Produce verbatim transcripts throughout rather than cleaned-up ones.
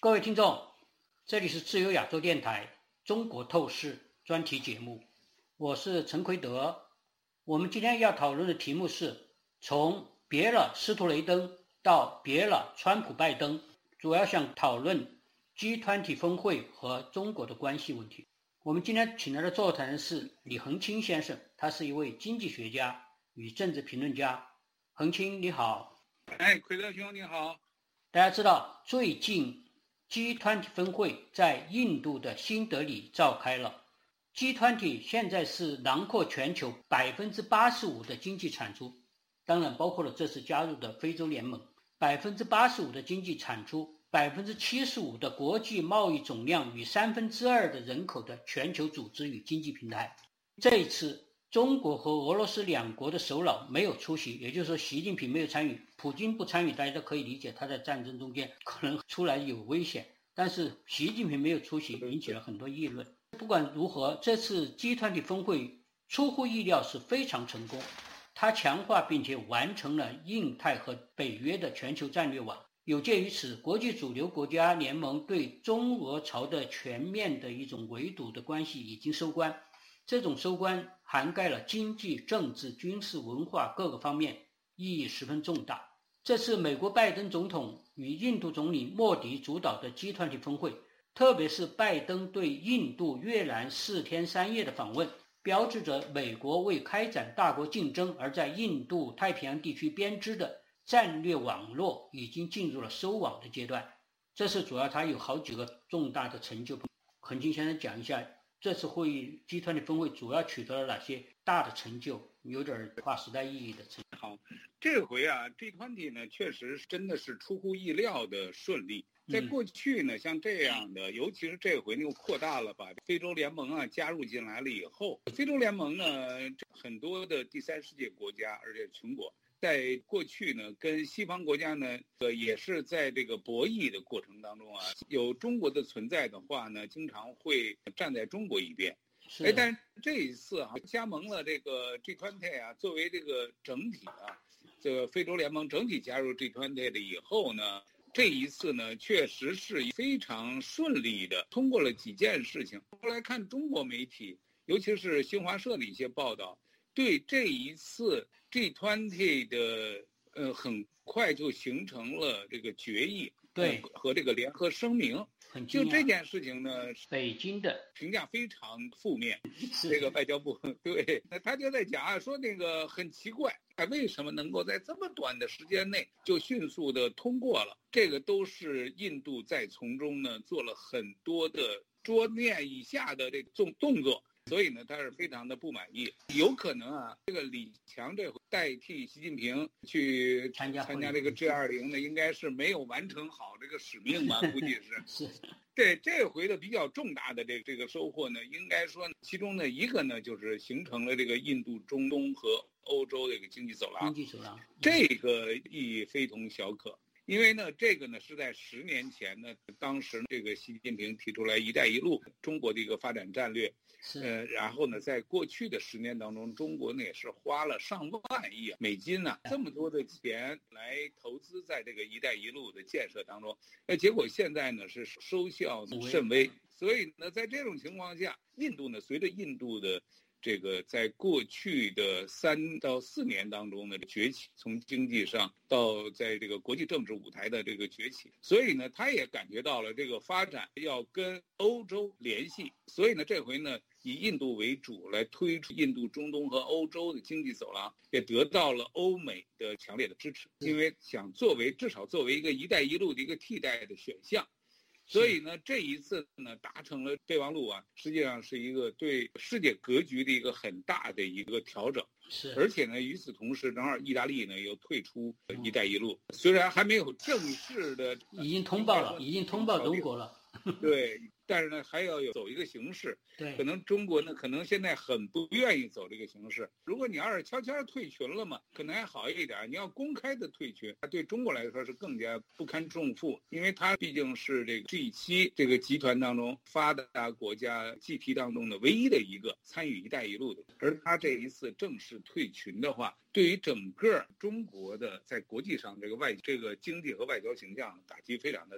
各位听众，这里是自由亚洲电台中国透视专题节目，我是陈奎德。我们今天要讨论的题目是从别了斯图雷登到别了川普拜登，主要想讨论 G 二十 峰会和中国的关系问题。我们今天请来的座谈人是李恒清先生，他是一位经济学家与政治评论家。恒清你好。 哎，奎德兄你好。 大家知道最近 G 二十 峰会在印度的新德里召开了。 G 二十 现在是囊括全球 百分之八十五 的经济产出，当然包括了这次加入的非洲联盟。 百分之八十五 的经济产出， 百分之七十五 的国际贸易总量与三分之二的人口的全球组织与经济平台。这一次中国和俄罗斯两国的首脑没有出席，也就是说习近平没有参与，普京不参与，大家都可以理解，他在战争中间可能出来有危险，但是习近平没有出席，引起了很多议论。不管如何，这次 G 二十 峰会出乎意料是非常成功，它强化并且完成了印太和北约的全球战略网。有鉴于此，国际主流国家联盟对中俄朝的全面的一种围堵的关系已经收官，这种收官涵盖了经济、政治、军事、文化各个方面，意义十分重大。这次美国拜登总统与印度总理莫迪主导的 G 二十 峰会，特别是拜登对印度、越南四天三夜的访问，标志着美国为开展大国竞争而在印度太平洋地区编织的战略网络已经进入了收网的阶段。这是主要它有好几个重大的成就。恒清先生讲一下这次会议 G 二十 峰会主要取得了哪些大的成就，有点划时代意义的成就。 好，这回啊 G 二十 呢确实真的是出乎意料的顺利。在过去呢，像这样的，尤其是这回又扩大了，把非洲联盟啊加入进来了以后，非洲联盟呢很多的第三世界国家，而且穷国，在过去呢跟西方国家呢，呃也是在这个博弈的过程当中啊，有中国的存在的话呢，经常会站在中国一边。哎，但是这一次啊，加盟了这个 G 二十 啊，作为这个整体啊，这个非洲联盟整体加入 G 二十 了以后呢，这一次呢，确实是非常顺利的通过了几件事情。后来看中国媒体，尤其是新华社的一些报道，对这一次 G 二十 的呃很快就形成了这个决议， 对、 呃、和这个联合声明。就这件事情呢， 北京的评价非常负面。这个外交部对，那他就在讲啊，说那个很奇怪，为什么能够在这么短的时间内就迅速的通过了？这个都是印度在从中呢做了很多的桌面以下的这种动作。所以呢，他是非常的不满意。有可能啊，这个李强这回代替习近平去参加参加这个 G 二十 呢，应该是没有完成好这个使命吧，估计是。 是。 对，这回的比较重大的这这个收获呢，应该说其中的一个呢，就是形成了这个印度、中东和欧洲这个经济走廊。 经济走廊， 这个意义非同小可。因为呢，这个呢是在十年前呢，当时这个习近平提出来“一带一路”中国的一个发展战略，呃，然后呢，在过去的十年当中，中国呢也是花了上万亿美金呢、啊，这么多的钱来投资在这个“一带一路”的建设当中，呃，结果现在呢是收效甚微，所以呢，在这种情况下，印度呢，随着印度的这个在过去的三到四年当中的崛起，从经济上到在这个国际政治舞台的这个崛起，所以呢，他也感觉到了这个发展要跟欧洲联系，所以呢，这回呢，以印度为主来推出印度、中东和欧洲的经济走廊，也得到了欧美的强烈的支持，因为想作为至少作为一个“一带一路”的一个替代的选项。所以呢，这一次呢，达成了备忘录啊，实际上是一个对世界格局的一个很大的一个调整。 是， 而且呢，与此同时，正好意大利呢又退出“一带一路”，虽然还没有正式的， 已经通报了，已经通报中国了。 对，但是呢，还要有走一个形式。 对， 可能中国呢，可能现在很不愿意走这个形式。如果你要是悄悄退群了嘛，可能还好一点。你要公开的退群，对中国来说是更加不堪重负，因为它毕竟是这个 G 七 这个集团当中发达国家 G 七 当中的唯一的一个参与“一带一路”的。而它这一次正式退群的话，对于整个中国的在国际上这个外这个经济和外交形象打击非常的大。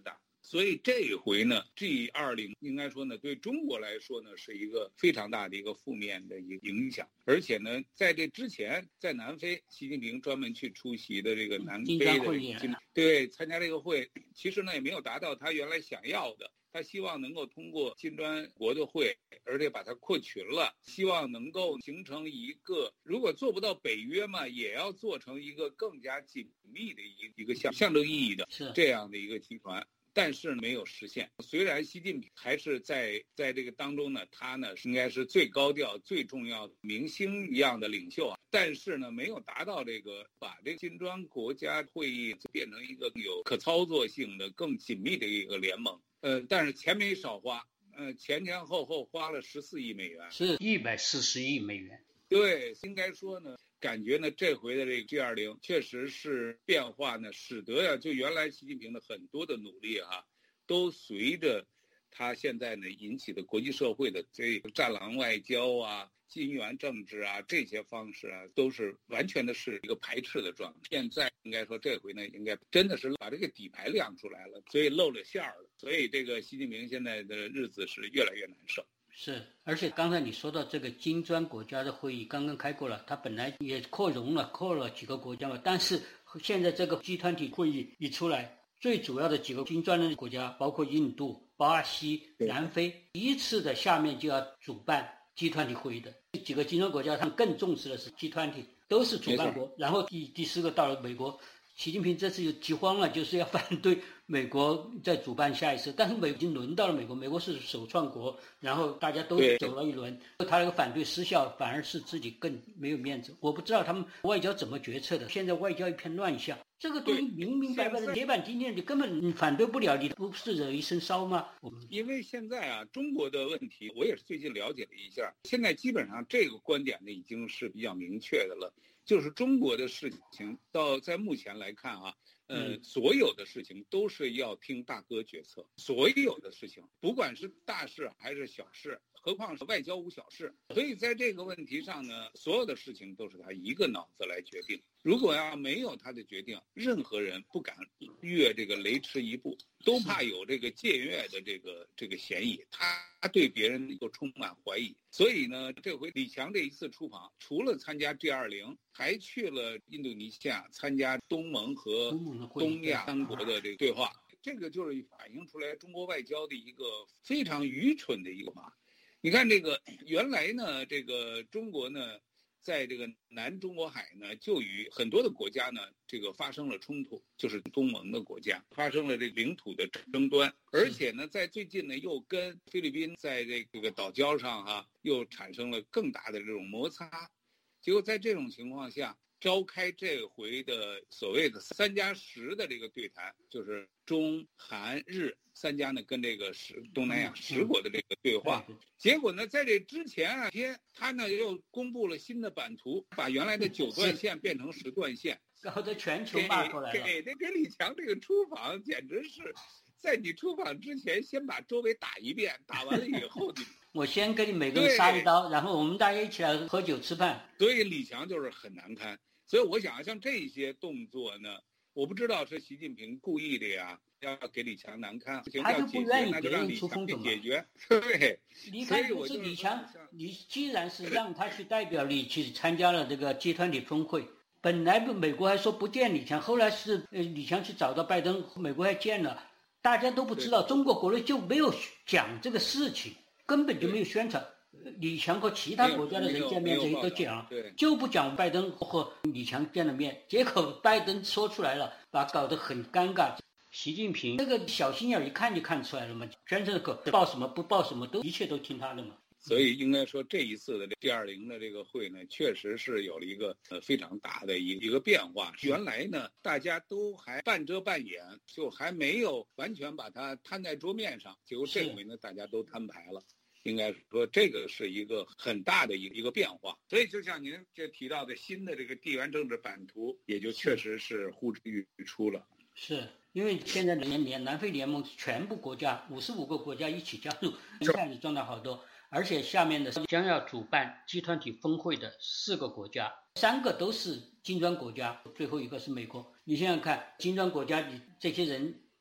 所以这一回呢 G 二十 应该说呢对中国来说呢是一个非常大的一个负面的一个影响，而且呢在这之前在南非习近平专门去出席的这个南非的会议， 对，参加这个会，其实呢也没有达到他原来想要的，他希望能够通过金砖国的会，而且把它扩群了，希望能够形成一个，如果做不到北约嘛，也要做成一个更加紧密的一一个象象征意义的这样的一个集团。但是没有实现。虽然习近平还是在在这个当中呢，他呢应该是最高调、最重要的明星一样的领袖啊，但是呢没有达到这个把这个金砖国家会议变成一个有可操作性的、更紧密的一个联盟。呃，但是钱没少花，呃，前前后后花了十四亿美元， 是一百四十亿美元。 对，应该说呢。感觉呢，这回的这个 G 二十 确实是变化呢，使得呀，就原来习近平的很多的努力哈、啊，都随着他现在呢引起的国际社会的这个战狼外交啊、金元政治啊这些方式啊，都是完全的是一个排斥的状态。现在应该说这回呢，应该真的是把这个底牌亮出来了，所以露了馅儿了。所以这个习近平现在的日子是越来越难受。 是，而且刚才你说到这个金砖国家的会议刚刚开过了，它本来也扩容了，扩了几个国家嘛，但是现在这个集团体会议一出来，最主要的几个金砖的国家，包括印度、巴西、南非，一次的下面就要主办集团体会议的。这几个金砖国家，他们更重视的是集团体，都是主办国。然后第第四个到了美国，习近平这次就急慌了，就是要反对美国再主办下一次，但是美已经轮到了美国，美国是首创国，然后大家都走了一轮，他那个反对失效，反而是自己更没有面子。我不知道他们外交怎么决策的，现在外交一片乱象，这个东西明明白白的铁板钉钉，你根本反对不了，你不是惹一身骚吗？ 因为现在啊，中国的问题，我也是最近了解了一下，现在基本上这个观点呢已经是比较明确的了。就是中国的事情到在目前来看啊，呃，所有的事情都是要听大哥决策，所有的事情，不管是大事还是小事，何况是外交无小事。所以在这个问题上呢，所有的事情都是他一个脑子来决定。如果要没有他的决定，任何人不敢越这个雷池一步，都怕有这个僭越的这个这个嫌疑，他对别人都充满怀疑。所以呢，这回李强这一次出访，除了参加 G 二十，还去了印度尼西亚参加东盟和东亚三国的这个对话。这个就是反映出来中国外交的一个非常愚蠢的一个嘛。你看这个原来呢，这个中国呢，在这个南中国海呢，就与很多的国家呢，这个发生了冲突，就是东盟的国家发生了这个领土的争端，而且呢，在最近呢，又跟菲律宾在这个岛礁上啊，又产生了更大的这种摩擦。结果在这种情况下，召开这回的所谓的三加十的这个对谈，就是中韩日三家呢跟这个十东南亚十国的这个对话。结果呢，在这之前啊天，他呢又公布了新的版图，把原来的九段线变成十段线， 搞得全球骂出来了。 给这给李强这个出访，简直是在你出访之前先把周围打一遍，打完了以后你。 我先给你每个人杀一刀，然后我们大家一起来喝酒吃饭。 所以李强就是很难堪。所以我想像这些动作呢，我不知道是习近平故意的呀，要给李强难堪， 他就不愿意别人出风头嘛。 解决，对。 你看，就是李强，你既然是让他去代表你去参加了这个集团体峰会，本来美国还说不见李强，后来是呃李强去找到拜登，美国还见了，大家都不知道，中国国内就没有讲这个事情。根本就没有宣传，李强和其他国家的人见面这些都讲，就不讲拜登和李强见了面，结果拜登说出来了，把搞得很尴尬。习近平这个小心眼一看就看出来了嘛，全是个报什么不报什么，都一切都听他的嘛。 所以应该说这一次的 G 二十 的这个会呢，确实是有了一个呃非常大的一一个变化。原来呢，大家都还半遮半掩，就还没有完全把它摊在桌面上。结果这回呢，大家都摊牌了。应该说这个是一个很大的一个一个变化。所以就像您这提到的新的这个地缘政治版图，也就确实是呼之欲出了。 是因为现在联联南非联盟全部国家五十五个国家一起加入，一下子赚到好多。而且下面的将要主办集团体峰会的四个国家，三个都是金砖国家，最后一个是美国。你想想看，金砖国家你这些人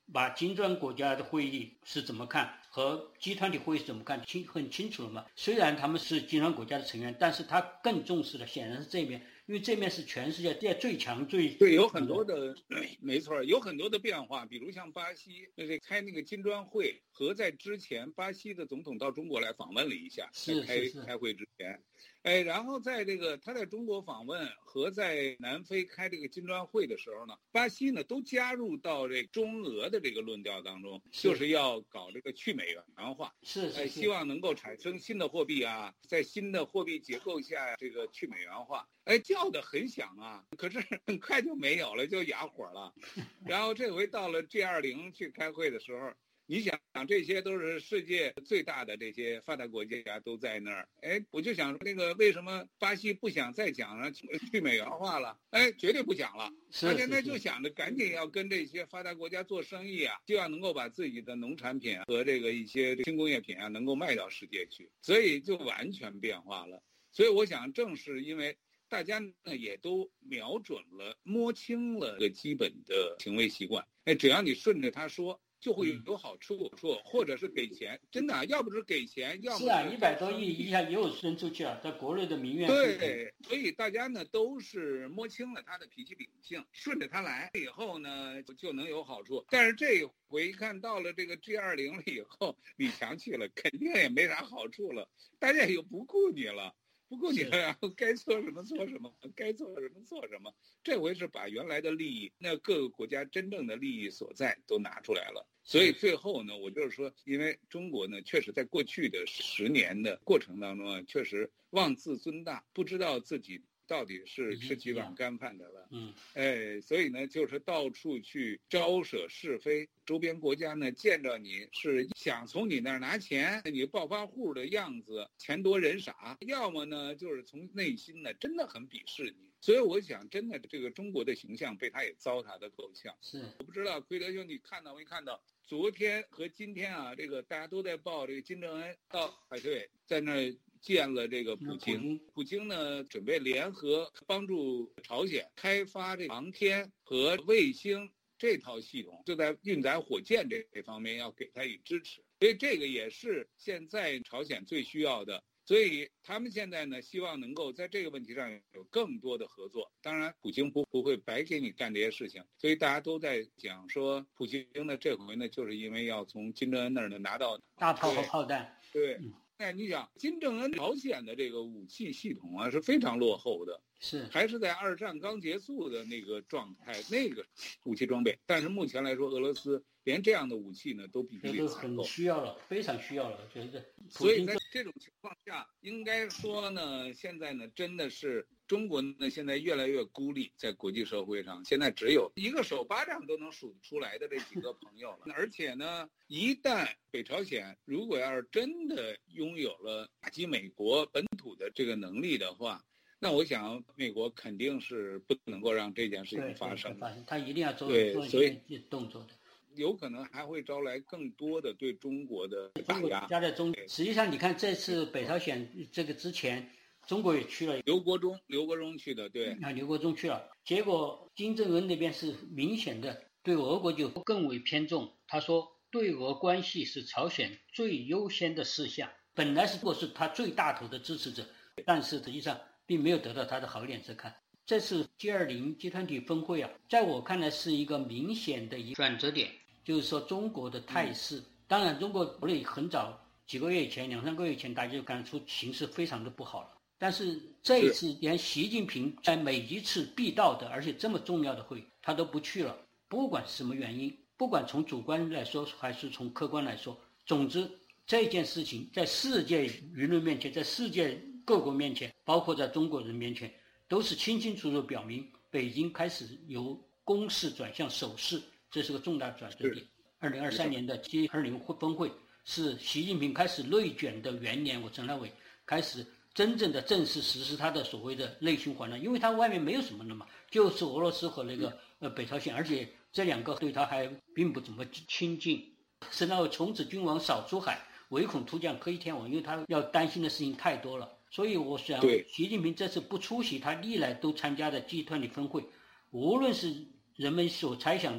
把金砖国家的会议是怎么看和集团体会议是怎么看清很清楚了嘛。虽然他们是金砖国家的成员，但是他更重视的显然是这边，因为这面是全世界最强最对，有很多的，没错，有很多的变化。比如像巴西那这开那个金砖会和在之前巴西的总统到中国来访问了一下， 是开是是开会之前，哎，然后在这个他在中国访问和在南非开这个金砖会的时候呢，巴西呢都加入到这中俄的这个论调当中， 是就是要搞这个去美元化， 是是是， 哎，希望能够产生新的货币啊，在新的货币结构下这个去美元化，哎，叫得很响啊，可是很快就没有了，就哑火了。然后这回到了 G 二十 去开会的时候，你想这些都是世界最大的这些发达国家都在那儿，哎，我就想那个为什么巴西不想再讲了去美元化了？哎，绝对不讲了。他现在就想着赶紧要跟这些发达国家做生意啊，希望能够把自己的农产品和这个一些轻工业品啊能够卖到世界去，所以就完全变化了。所以我想正是因为大家呢也都瞄准了摸清了个基本的行为习惯，哎，只要你顺着他说就会有好处，说或者是给钱，真的、啊，要不是给钱，要不是啊，一百多亿一下也有扔出去了，在国内的民怨。 对，所以大家呢都是摸清了他的脾气秉性，顺着他来以后呢就能有好处。但是这回看到了这个 G 二十 了以后，李强去了，肯定也没啥好处了，大家也不顾你了。不顾你了，然后该做什么做什么，该做什么做什么。这回是把原来的利益，那各个国家真正的利益所在都拿出来了。所以最后呢，我就是说，因为中国呢，确实在过去的十年的过程当中啊，确实妄自尊大，不知道自己到底是吃几碗干饭的了。 嗯， 哎，所以呢，就是到处去招惹是非。周边国家呢，见着你是想从你那儿拿钱，你暴发户的样子，钱多人傻；要么呢，就是从内心呢，真的很鄙视你。所以我想，真的这个中国的形象被他也糟蹋的够呛。 是， 我不知道奎德兄，你看到没看到？昨天和今天啊，这个大家都在报这个金正恩到海对，在那儿见了这个普京。普京呢，准备联合帮助朝鲜开发这航天和卫星这套系统，就在运载火箭这方面要给他以支持。所以这个也是现在朝鲜最需要的。所以他们现在呢，希望能够在这个问题上有更多的合作。当然，普京不不会白给你干这些事情，所以大家都在讲说，普京呢这回呢，就是因为要从金正恩那儿呢拿到大炮和炮弹。 对，那、嗯、你想，金正恩朝鲜的这个武器系统啊是非常落后的， 是还是在二战刚结束的那个状态，那个武器装备。但是目前来说，俄罗斯连这样的武器呢都必须得采购， 很需要了，非常需要了，我觉得。 所以在这种情况下，应该说呢，现在呢真的是中国呢现在越来越孤立，在国际社会上，现在只有一个手巴掌都能数出来的这几个朋友了。而且呢，一旦北朝鲜如果要是真的拥有了打击美国本土的这个能力的话，那我想美国肯定是不能够让这件事情发生的， 他一定要做做一些动作的。 有可能还会招来更多的对中国的打压。 加在中，实际上你看这次北朝鲜这个之前，中国也去了， 刘国中，刘国中去的，对， 啊，刘国中去了。结果金正恩那边是明显的对俄国就更为偏重，他说对俄关系是朝鲜最优先的事项。本来是或是他最大头的支持者，但是实际上并没有得到他的好脸色看。这次 G 二十 集团体峰会啊，在我看来是一个明显的一个转折点。就是说中国的态势，嗯、当然中国国内很早几个月以前两三个月以前大家就看出形势非常的不好了，但是这一次连习近平在每一次必到的而且这么重要的会他都不去了，不管什么原因，不管从主观来说还是从客观来说，总之这件事情在世界舆论面前，在世界各国面前，包括在中国人面前，都是清清楚楚表明北京开始由攻势转向守势，这是个重大转折点。二零二三年的 G 二十 峰会是习近平开始内卷的元年，我陈认为开始真正的正式实施他的所谓的内循环了，因为他外面没有什么了嘛，就是俄罗斯和那个呃北朝鲜，而且这两个对他还并不怎么亲近。是那从此君王少出海，唯恐突降黑天鹅，因为他要担心的事情太多了。所以我想，习近平这次不出席他历来都参加的 G 二十 峰会，无论是人们所猜想的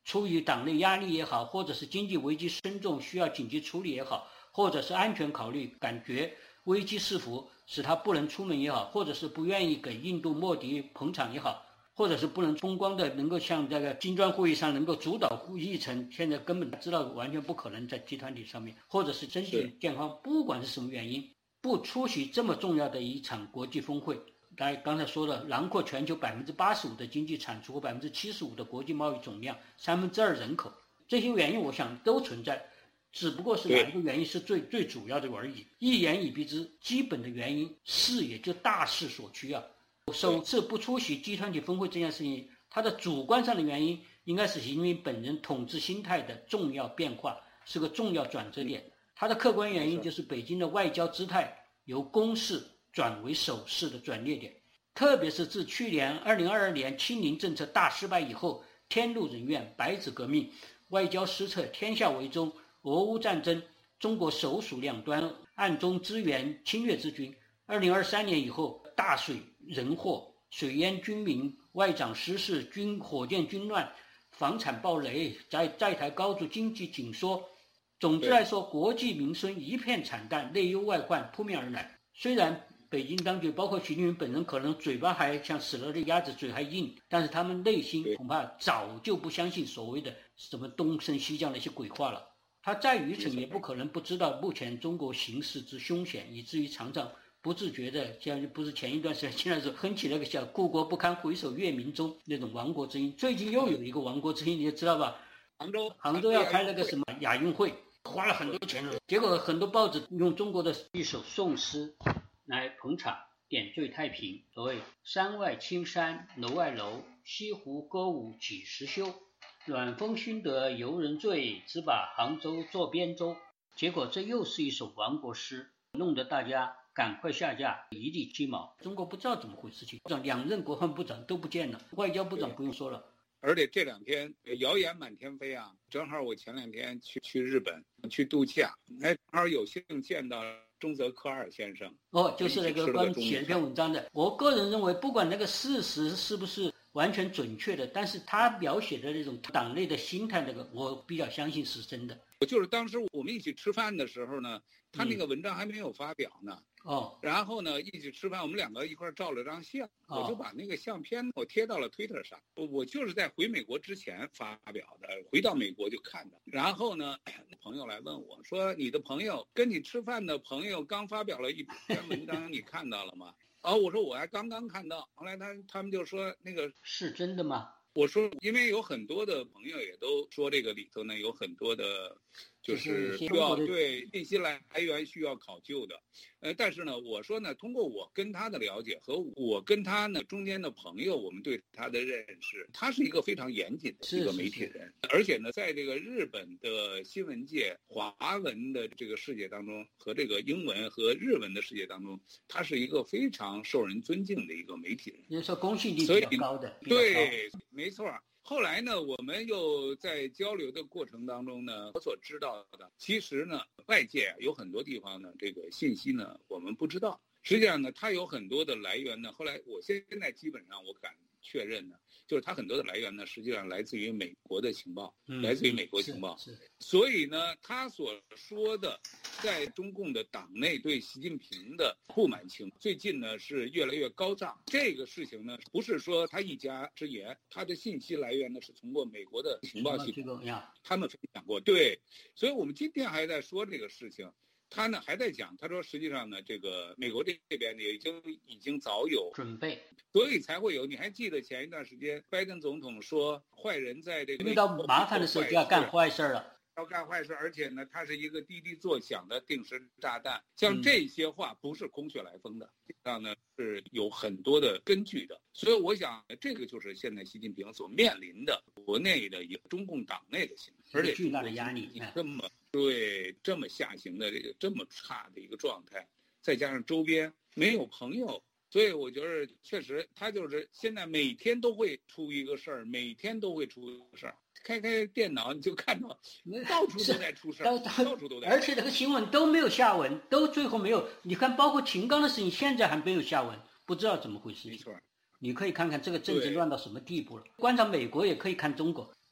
出于党内压力也好，或者是经济危机深重需要紧急处理也好，或者是安全考虑感觉危机四伏使他不能出门也好，或者是不愿意给印度莫迪捧场也好，或者是不能风光的能够像这个金砖会议上能够主导议程，现在根本知道完全不可能在集团体上面，或者是身体健康，不管是什么原因不出席这么重要的一场国际峰会。大家刚才说了，囊括全球百分之八十五的经济产出和百分之七十五的国际贸易总量，三分之二人口，这些原因我想都存在，只不过是哪一个原因是最最主要的而已。一言以蔽之，基本的原因是也就大势所趋啊。首次不出席集团体峰会这件事情，它的主观上的原因应该是习近平本人统治心态的重要变化，是个重要转折点。它的客观原因就是北京的外交姿态由攻势转为守势的转捩点，特别是自去年二零二二年清零政策大失败以后，天怒人怨，白纸革命，外交失策，天下为中，俄乌战争，中国首鼠两端，暗中支援侵略之军。二零二三年以后，大水人祸，水淹军民，外长失事，军火箭军乱，房产暴雷，在在台高筑经济紧缩。总之来说，国计民生一片惨淡，内忧外患扑面而来。虽然北京当局包括习近平本人可能嘴巴还像死了的鸭子嘴还硬，但是他们内心恐怕早就不相信所谓的什么东升西降的一些鬼话了。他再愚蠢也不可能不知道目前中国形势之凶险，以至于常常不自觉的，像不是前一段时间现在是哼起那个叫故国不堪回首月明中那种亡国之音。最近又有一个亡国之音，你知道吧？ 杭州杭州要开那个什么亚运会，花了很多钱了，结果很多报纸用中国的一首宋诗来捧场，点缀太平。所谓山外青山楼外楼，西湖歌舞几时休？暖风熏得游人醉，只把杭州作边州。结果这又是一首亡国诗，弄得大家赶快下架，一地鸡毛。中国不知道怎么回事情，两任国防部长都不见了，外交部长不用说了。 而且这两天谣言满天飞啊！正好我前两天去去日本去度假，哎，正好有幸见到中泽科二先生。 哦，就是那个关于写一篇文章的。我个人认为，不管那个事实是不是完全准确的，但是他描写的那种党内的心态，那个我比较相信是真的。 就是当时我们一起吃饭的时候呢，他那个文章还没有发表呢。 哦， 然后呢，一起吃饭，我们两个一块照了张相，哦、我就把那个相片我贴到了推特上。我就是在回美国之前发表的，回到美国就看的。然后呢，朋友来问我说：“你的朋友跟你吃饭的朋友刚发表了一篇文章，你看到了吗？”哦，我说我还刚刚看到。后来他他们就说那个是真的吗？ 我说，因为有很多的朋友也都说这个里头呢有很多的，就是需要对信息来源需要考究的，呃，但是呢，我说呢，通过我跟他的了解和我跟他呢中间的朋友，我们对他的认识，他是一个非常严谨的一个媒体人，而且呢，在这个日本的新闻界、华文的这个世界当中，和这个英文和日文的世界当中，他是一个非常受人尊敬的一个媒体人， 也就是说公信力比较高的， 对。没错，后来呢，我们又在交流的过程当中呢，我所知道的，其实呢，外界有很多地方呢，这个信息呢，我们不知道。实际上呢，它有很多的来源呢。后来我现在基本上我敢确认呢，就是它很多的来源呢，实际上来自于美国的情报， 嗯、 来自于美国情报。 是是所以呢，他所说的，在中共的党内对习近平的不满情，最近呢是越来越高涨。这个事情呢，不是说他一家之言，他的信息来源呢是通过美国的情报系统，他们分享过。对，所以我们今天还在说这个事情。他呢还在讲，他说实际上呢，这个美国这边也已经已经早有准备， 所以才会有。你还记得前一段时间拜登总统说，坏人在这个遇到麻烦的时候就要干坏事了， 要干坏事，而且呢，它是一个滴滴作响的定时炸弹。像这些话不是空穴来风的，实际上呢是有很多的根据的。所以我想，这个就是现在习近平所面临的国内的一个中共党内的形势，而且巨大的压力， 这么对这么下行的这个这么差的一个状态，再加上周边没有朋友。所以我觉得确实，他就是现在每天都会出一个事儿，每天都会出一个事儿。开开电脑你就看到，到处都在出事儿，到处都在。 而且这个新闻都没有下文，都最后没有。你看，包括秦刚的事情，现在还没有下文，不知道怎么回事。 没错， 你可以看看这个政治乱到什么地步了。观察美国也可以看中国，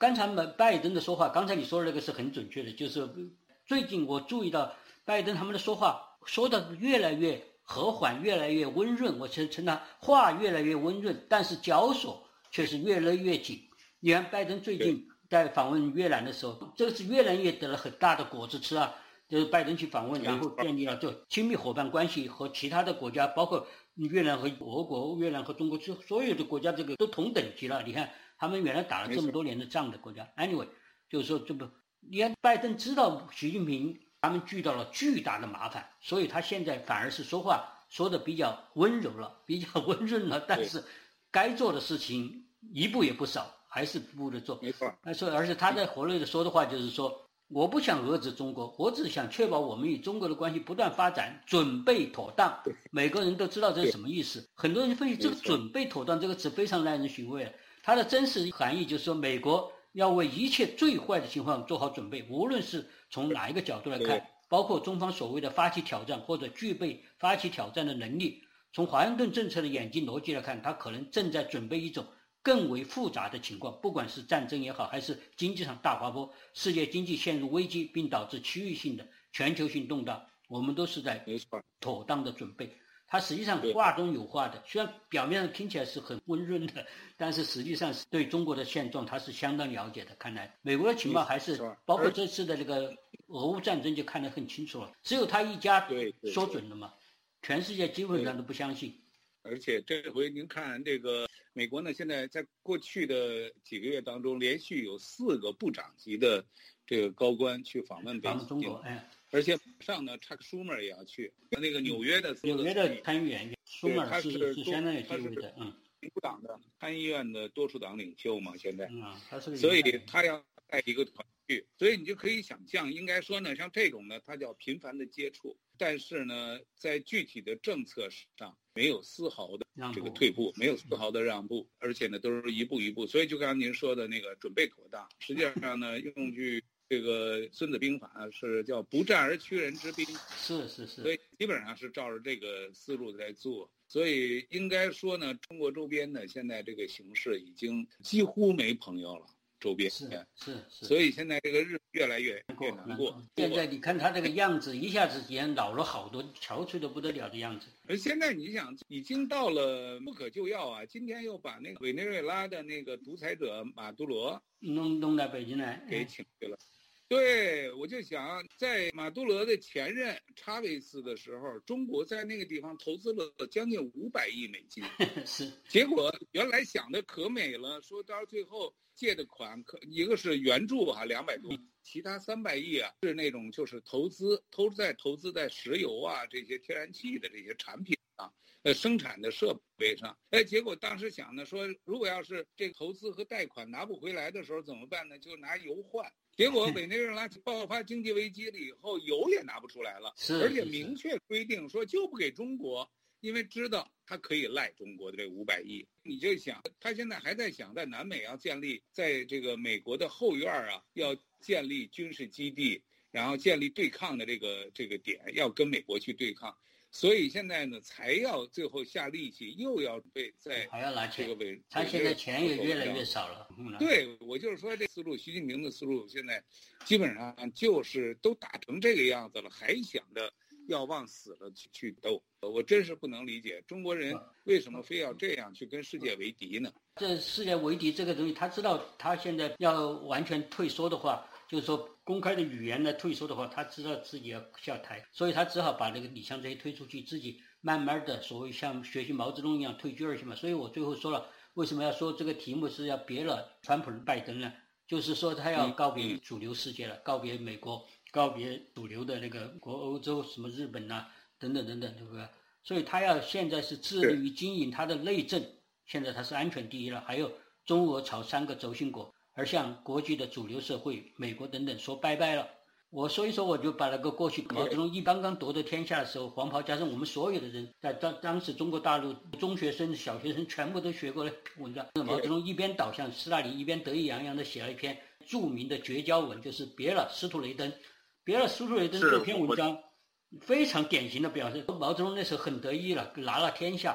刚才拜登的说话，刚才你说的那个是很准确的，就是最近我注意到拜登他们的说话说的越来越和缓，越来越温润，我称称他话越来越温润，但是交手却是越来越紧。你看拜登最近在访问越南的时候，这个是越南也得了很大的果子吃啊，就是拜登去访问，然后建立了就亲密伙伴关系，和其他的国家，包括越南和俄国、越南和中国，所有的国家这个都同等级了。你看他们原来打了这么多年的仗的国家 ，anyway， 就是说这不，你看拜登知道习近平他们遇到了巨大的麻烦，所以他现在反而是说话说的比较温柔了，比较温润了，但是该做的事情一步也不少，还是步步的做。 没错。 而且而且他在国内的说的话就是说，我不想遏制中国，我只想确保我们与中国的关系不断发展，准备妥当。每个人都知道这是什么意思。很多人分析这个准备妥当这个词非常耐人寻味了。它的真实含义就是说，美国要为一切最坏的情况做好准备，无论是从哪一个角度来看，包括中方所谓的发起挑战或者具备发起挑战的能力。从华盛顿政策的演进逻辑来看，它可能正在准备一种更为复杂的情况，不管是战争也好，还是经济上大滑坡，世界经济陷入危机，并导致区域性的全球性动荡，我们都是在妥当的准备。他实际上话中有话的，虽然表面上听起来是很温润的，但是实际上是对中国的现状他是相当了解的。看来美国的情报还是包括这次的这个俄乌战争就看得很清楚了，只有他一家说准了嘛，全世界基本上都不相信。 而且这回您看这个美国呢，现在在过去的几个月当中，连续有四个部长级的这个高官去访问北京， 中国，哎， 而且马上呢，查克舒默也要去。那个纽约的纽约的参议员舒默是是相当有地位的，嗯， 民主党的参议院的多数党领袖嘛，现在， 嗯，他是所以他要带一个团去，所以你就可以想象，应该说呢，像这种呢，它叫频繁的接触，但是呢，在具体的政策上没有丝毫的这个退步，没有丝毫的让步，而且呢，都是一步一步。所以就刚刚您说的那个准备妥当，实际上呢，用句这个《孙子兵法》是叫不战而屈人之兵， 是是是， 所以基本上是照着这个思路在做。所以应该说呢，中国周边呢，现在这个形势已经几乎没朋友了。周边是是是， 所以现在这个日越来越越难过。 现在你看他这个样子，一下子也老了好多，憔悴的不得了的样子。 而现在你想，已经到了不可救药啊！今天又把那个委内瑞拉的那个独裁者马杜罗弄弄到北京来， 给请去了。对，我就想，在马杜罗的前任查韦斯的时候，中国在那个地方投资了将近五百亿美金， 是。结果原来想的可美了，说到最后借的款可一个是援助哈两百多，其他三百亿啊是那种就是投资投在投资在石油啊这些天然气的这些产品上，呃生产的设备上。哎，结果当时想呢，说如果要是这个投资和贷款拿不回来的时候怎么办呢？就拿油换。结果委内瑞拉爆发经济危机了以后，油也拿不出来了，而且明确规定说就不给中国，因为知道他可以赖中国的这五百亿。你就想，他现在还在想在南美要建立，在这个美国的后院啊，要建立军事基地，然后建立对抗的这个这个点，要跟美国去对抗。所以现在呢，才要最后下力气，又要被在还要拿钱， 这个委他现在钱也越来越少了。 嗯、对，我就是说这思路，习近平的思路现在基本上就是都打成这个样子了，还想着要往死了去去斗。我真是不能理解中国人为什么非要这样去跟世界为敌呢？ 这世界为敌这个东西，他知道他现在要完全退缩的话，就是说公开的语言来退缩的话，他知道自己要下台，所以他只好把那个李强这些推出去，自己慢慢的所谓像学习毛泽东一样退居二线嘛。所以我最后说了，为什么要说这个题目是要别了川普拜登呢？就是说他要告别主流世界了，告别美国，告别主流的那个国欧洲什么日本啊等等等等，对不对？所以他要现在是致力于经营他的内政，现在他是安全第一了，还有中俄朝三个轴心国，而向国际的主流社会美国等等说拜拜了。我所以说我就把那个过去毛泽东一刚刚夺得天下的时候，黄袍加身我们所有的人在当当时中国大陆中学生小学生全部都学过了文章。毛泽东一边倒向斯大林，一边得意洋洋地写了一篇著名的绝交文，就是别了司徒雷登。别了司徒雷登这篇文章非常典型的表示毛泽东那时候很得意了，拿了天下，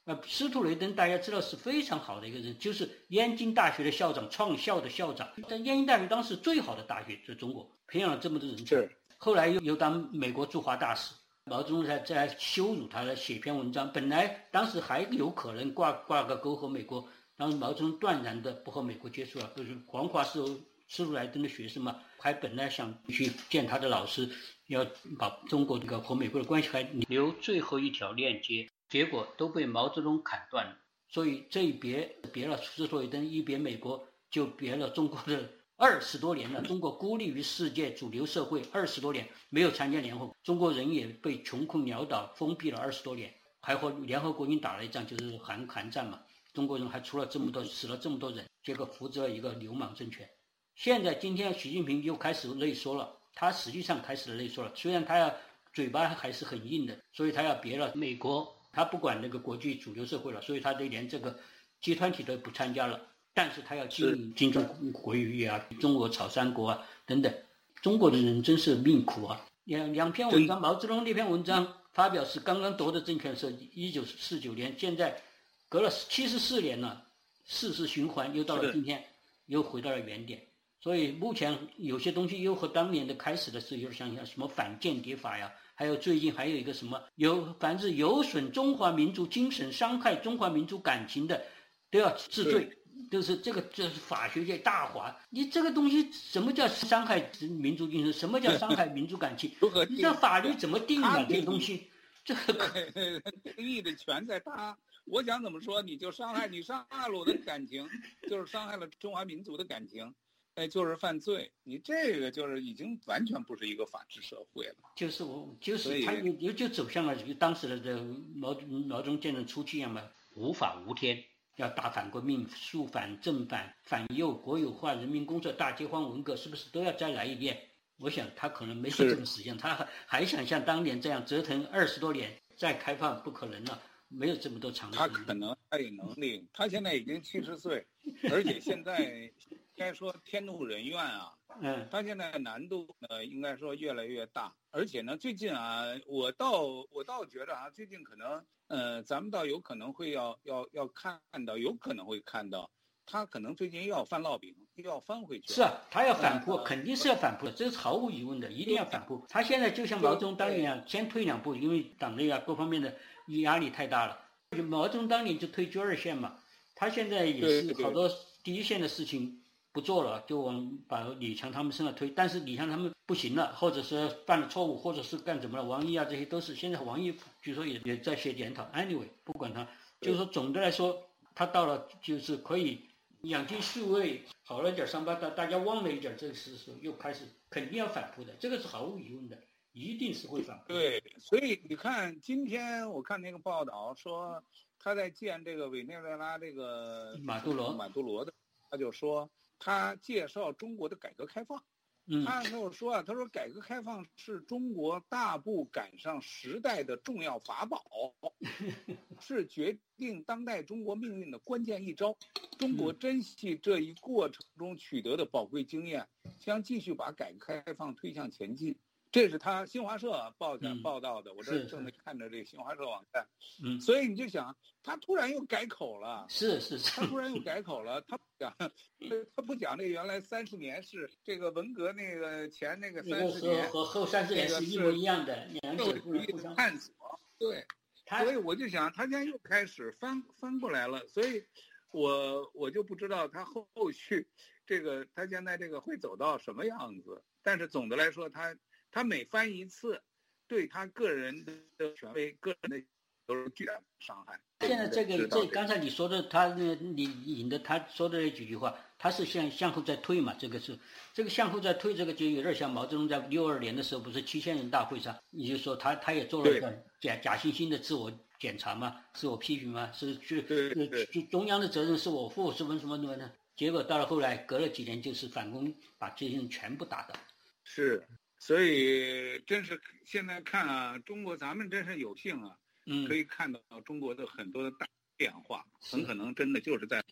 呃，司徒雷登大家知道是非常好的一个人，就是燕京大学的校长，创校的校长。但燕京大学当时最好的大学在中国，培养了这么多人才。后来又又当美国驻华大使，毛泽东在在羞辱他，来写篇文章。本来当时还有可能挂挂个钩和美国，当时毛泽东断然的不和美国接触了，就是黄华是司徒雷登的学生嘛，还本来想去见他的老师，要把中国这个和美国的关系还留最后一条链接。结果都被毛泽东砍断了，所以这一别别了司徒雷登，一别美国，就别了中国的二十多年了。中国孤立于世界主流社会二十多年，没有参加联合国，中国人也被穷困潦倒，封闭了二十多年，还和联合国军打了一仗，就是韩韩战嘛。中国人还出了这么多，死了这么多人，结果扶植了一个流氓政权。现在今天习近平又开始内缩了，他实际上开始了内缩了，虽然他要嘴巴还是很硬的，所以他要别了美国。他不管那个国际主流社会了，所以他就连这个集团体都不参加了。但是他要经营经中国语啊，中国炒三国啊等等。中国的人真是命苦啊！两两篇文章，毛泽东那篇文章发表是刚刚夺得政权的时候，一九四九年，现在隔了七十四年了，世事循环，又到了今天，又回到了原点。所以目前有些东西又和当年的开始的时候有点像，像什么反间谍法呀。还有最近还有一个什么有凡是有损中华民族精神、伤害中华民族感情的，都要治罪。就是这个，这是法学界大哗。你这个东西，什么叫伤害民族精神？什么叫伤害民族感情？你这法律怎么定啊？这个东西，这个定义的权在他。我想怎么说，你就伤害你伤害了我的感情，就是伤害了中华民族的感情。哎，就是犯罪，你这个就是已经完全不是一个法治社会了。 就是我，就是他就就走向了当时的这毛毛泽东建政初期一样嘛，无法无天，要打反革命、肃反、正反、反右、国有化、人民公社、大饥荒、文革，是不是都要再来一遍？我想他可能没有这个时间，他还还想像当年这样折腾二十多年再开放，不可能了，没有这么多长时间。 他可能他有能力，他现在已经七十岁，而且现在。该说天怒人怨啊， 嗯， 他现在难度呢，应该说越来越大，而且呢，最近啊，我倒我倒觉得啊，最近可能，呃，咱们倒有可能会要要要看到，有可能会看到，他可能最近又要翻烙饼，又要翻回去。 是啊，他要反扑，肯定是要反扑的，这是毫无疑问的，一定要反扑。他现在就像毛泽东当年啊，先退两步，因为党内啊各方面的压力太大了。毛泽东当年就退居二线嘛，他现在也是好多第一线的事情。不做了，就往把李强他们身上推，但是李强他们不行了，或者是犯了错误，或者是干什么了，王毅啊这些都是现在王毅据说也也在写检讨。Anyway， 不管他，就是说总的来说，他到了就是可以养精蓄锐，好了点伤疤，大大家忘了一点，这个时候又开始肯定要反扑的，这个是毫无疑问的，一定是会反扑。 对，所以你看今天我看那个报道说他在见这个委内瑞拉这个马杜罗， 马杜罗的，他就说。他介绍中国的改革开放，他跟我说啊，他说改革开放是中国大步赶上时代的重要法宝，是决定当代中国命运的关键一招。中国珍惜这一过程中取得的宝贵经验，将继续把改革开放推向前进。这是他新华社报的、嗯、报道的，我这正在看着这个新华社网站。嗯，所以你就想，他突然又改口了， 是是是， 他突然又改口了，他不讲，他不讲这原来三十年是这个文革那个前那个三十年和后三十年是一模一样的，两者不能互相探索。对，所以我就想，他现在又开始翻翻过来了，所以我我就不知道他后后续这个他现在这个会走到什么样子。但是总的来说，他。他每翻一次，对他个人的权威、个人的都是巨大的伤害。 现在这个这刚才你说的，他那你引的他说的那几句话，他是向向后在推嘛？这个是这个向后在推，这个就有点像毛泽东在六二年的时候，不是七千人大会上，你就说他他也做了一个假假惺惺的自我检查嘛，自我批评嘛，是去去中央的责任是我负，什么什么什么的。结果到了后来，隔了几年就是反攻，把这些人全部打倒。 是。所以，真是现在看啊，中国咱们真是有幸啊， 嗯， 可以看到中国的很多的大变化，很可能真的就是在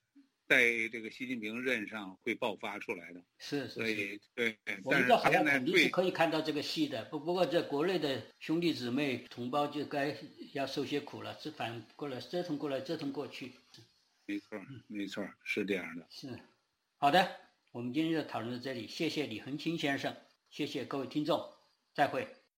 在这个习近平任上会爆发出来的。 是是是， 所以对， 我们在海外肯定是可以看到这个戏的。不不过在国内的兄弟姊妹同胞就该要受些苦了，这反过来折腾过来折腾过去。 没错，没错，是这样的。 是，好的，我们今天就讨论到这里，谢谢李恒清先生，谢谢各位听众，再会。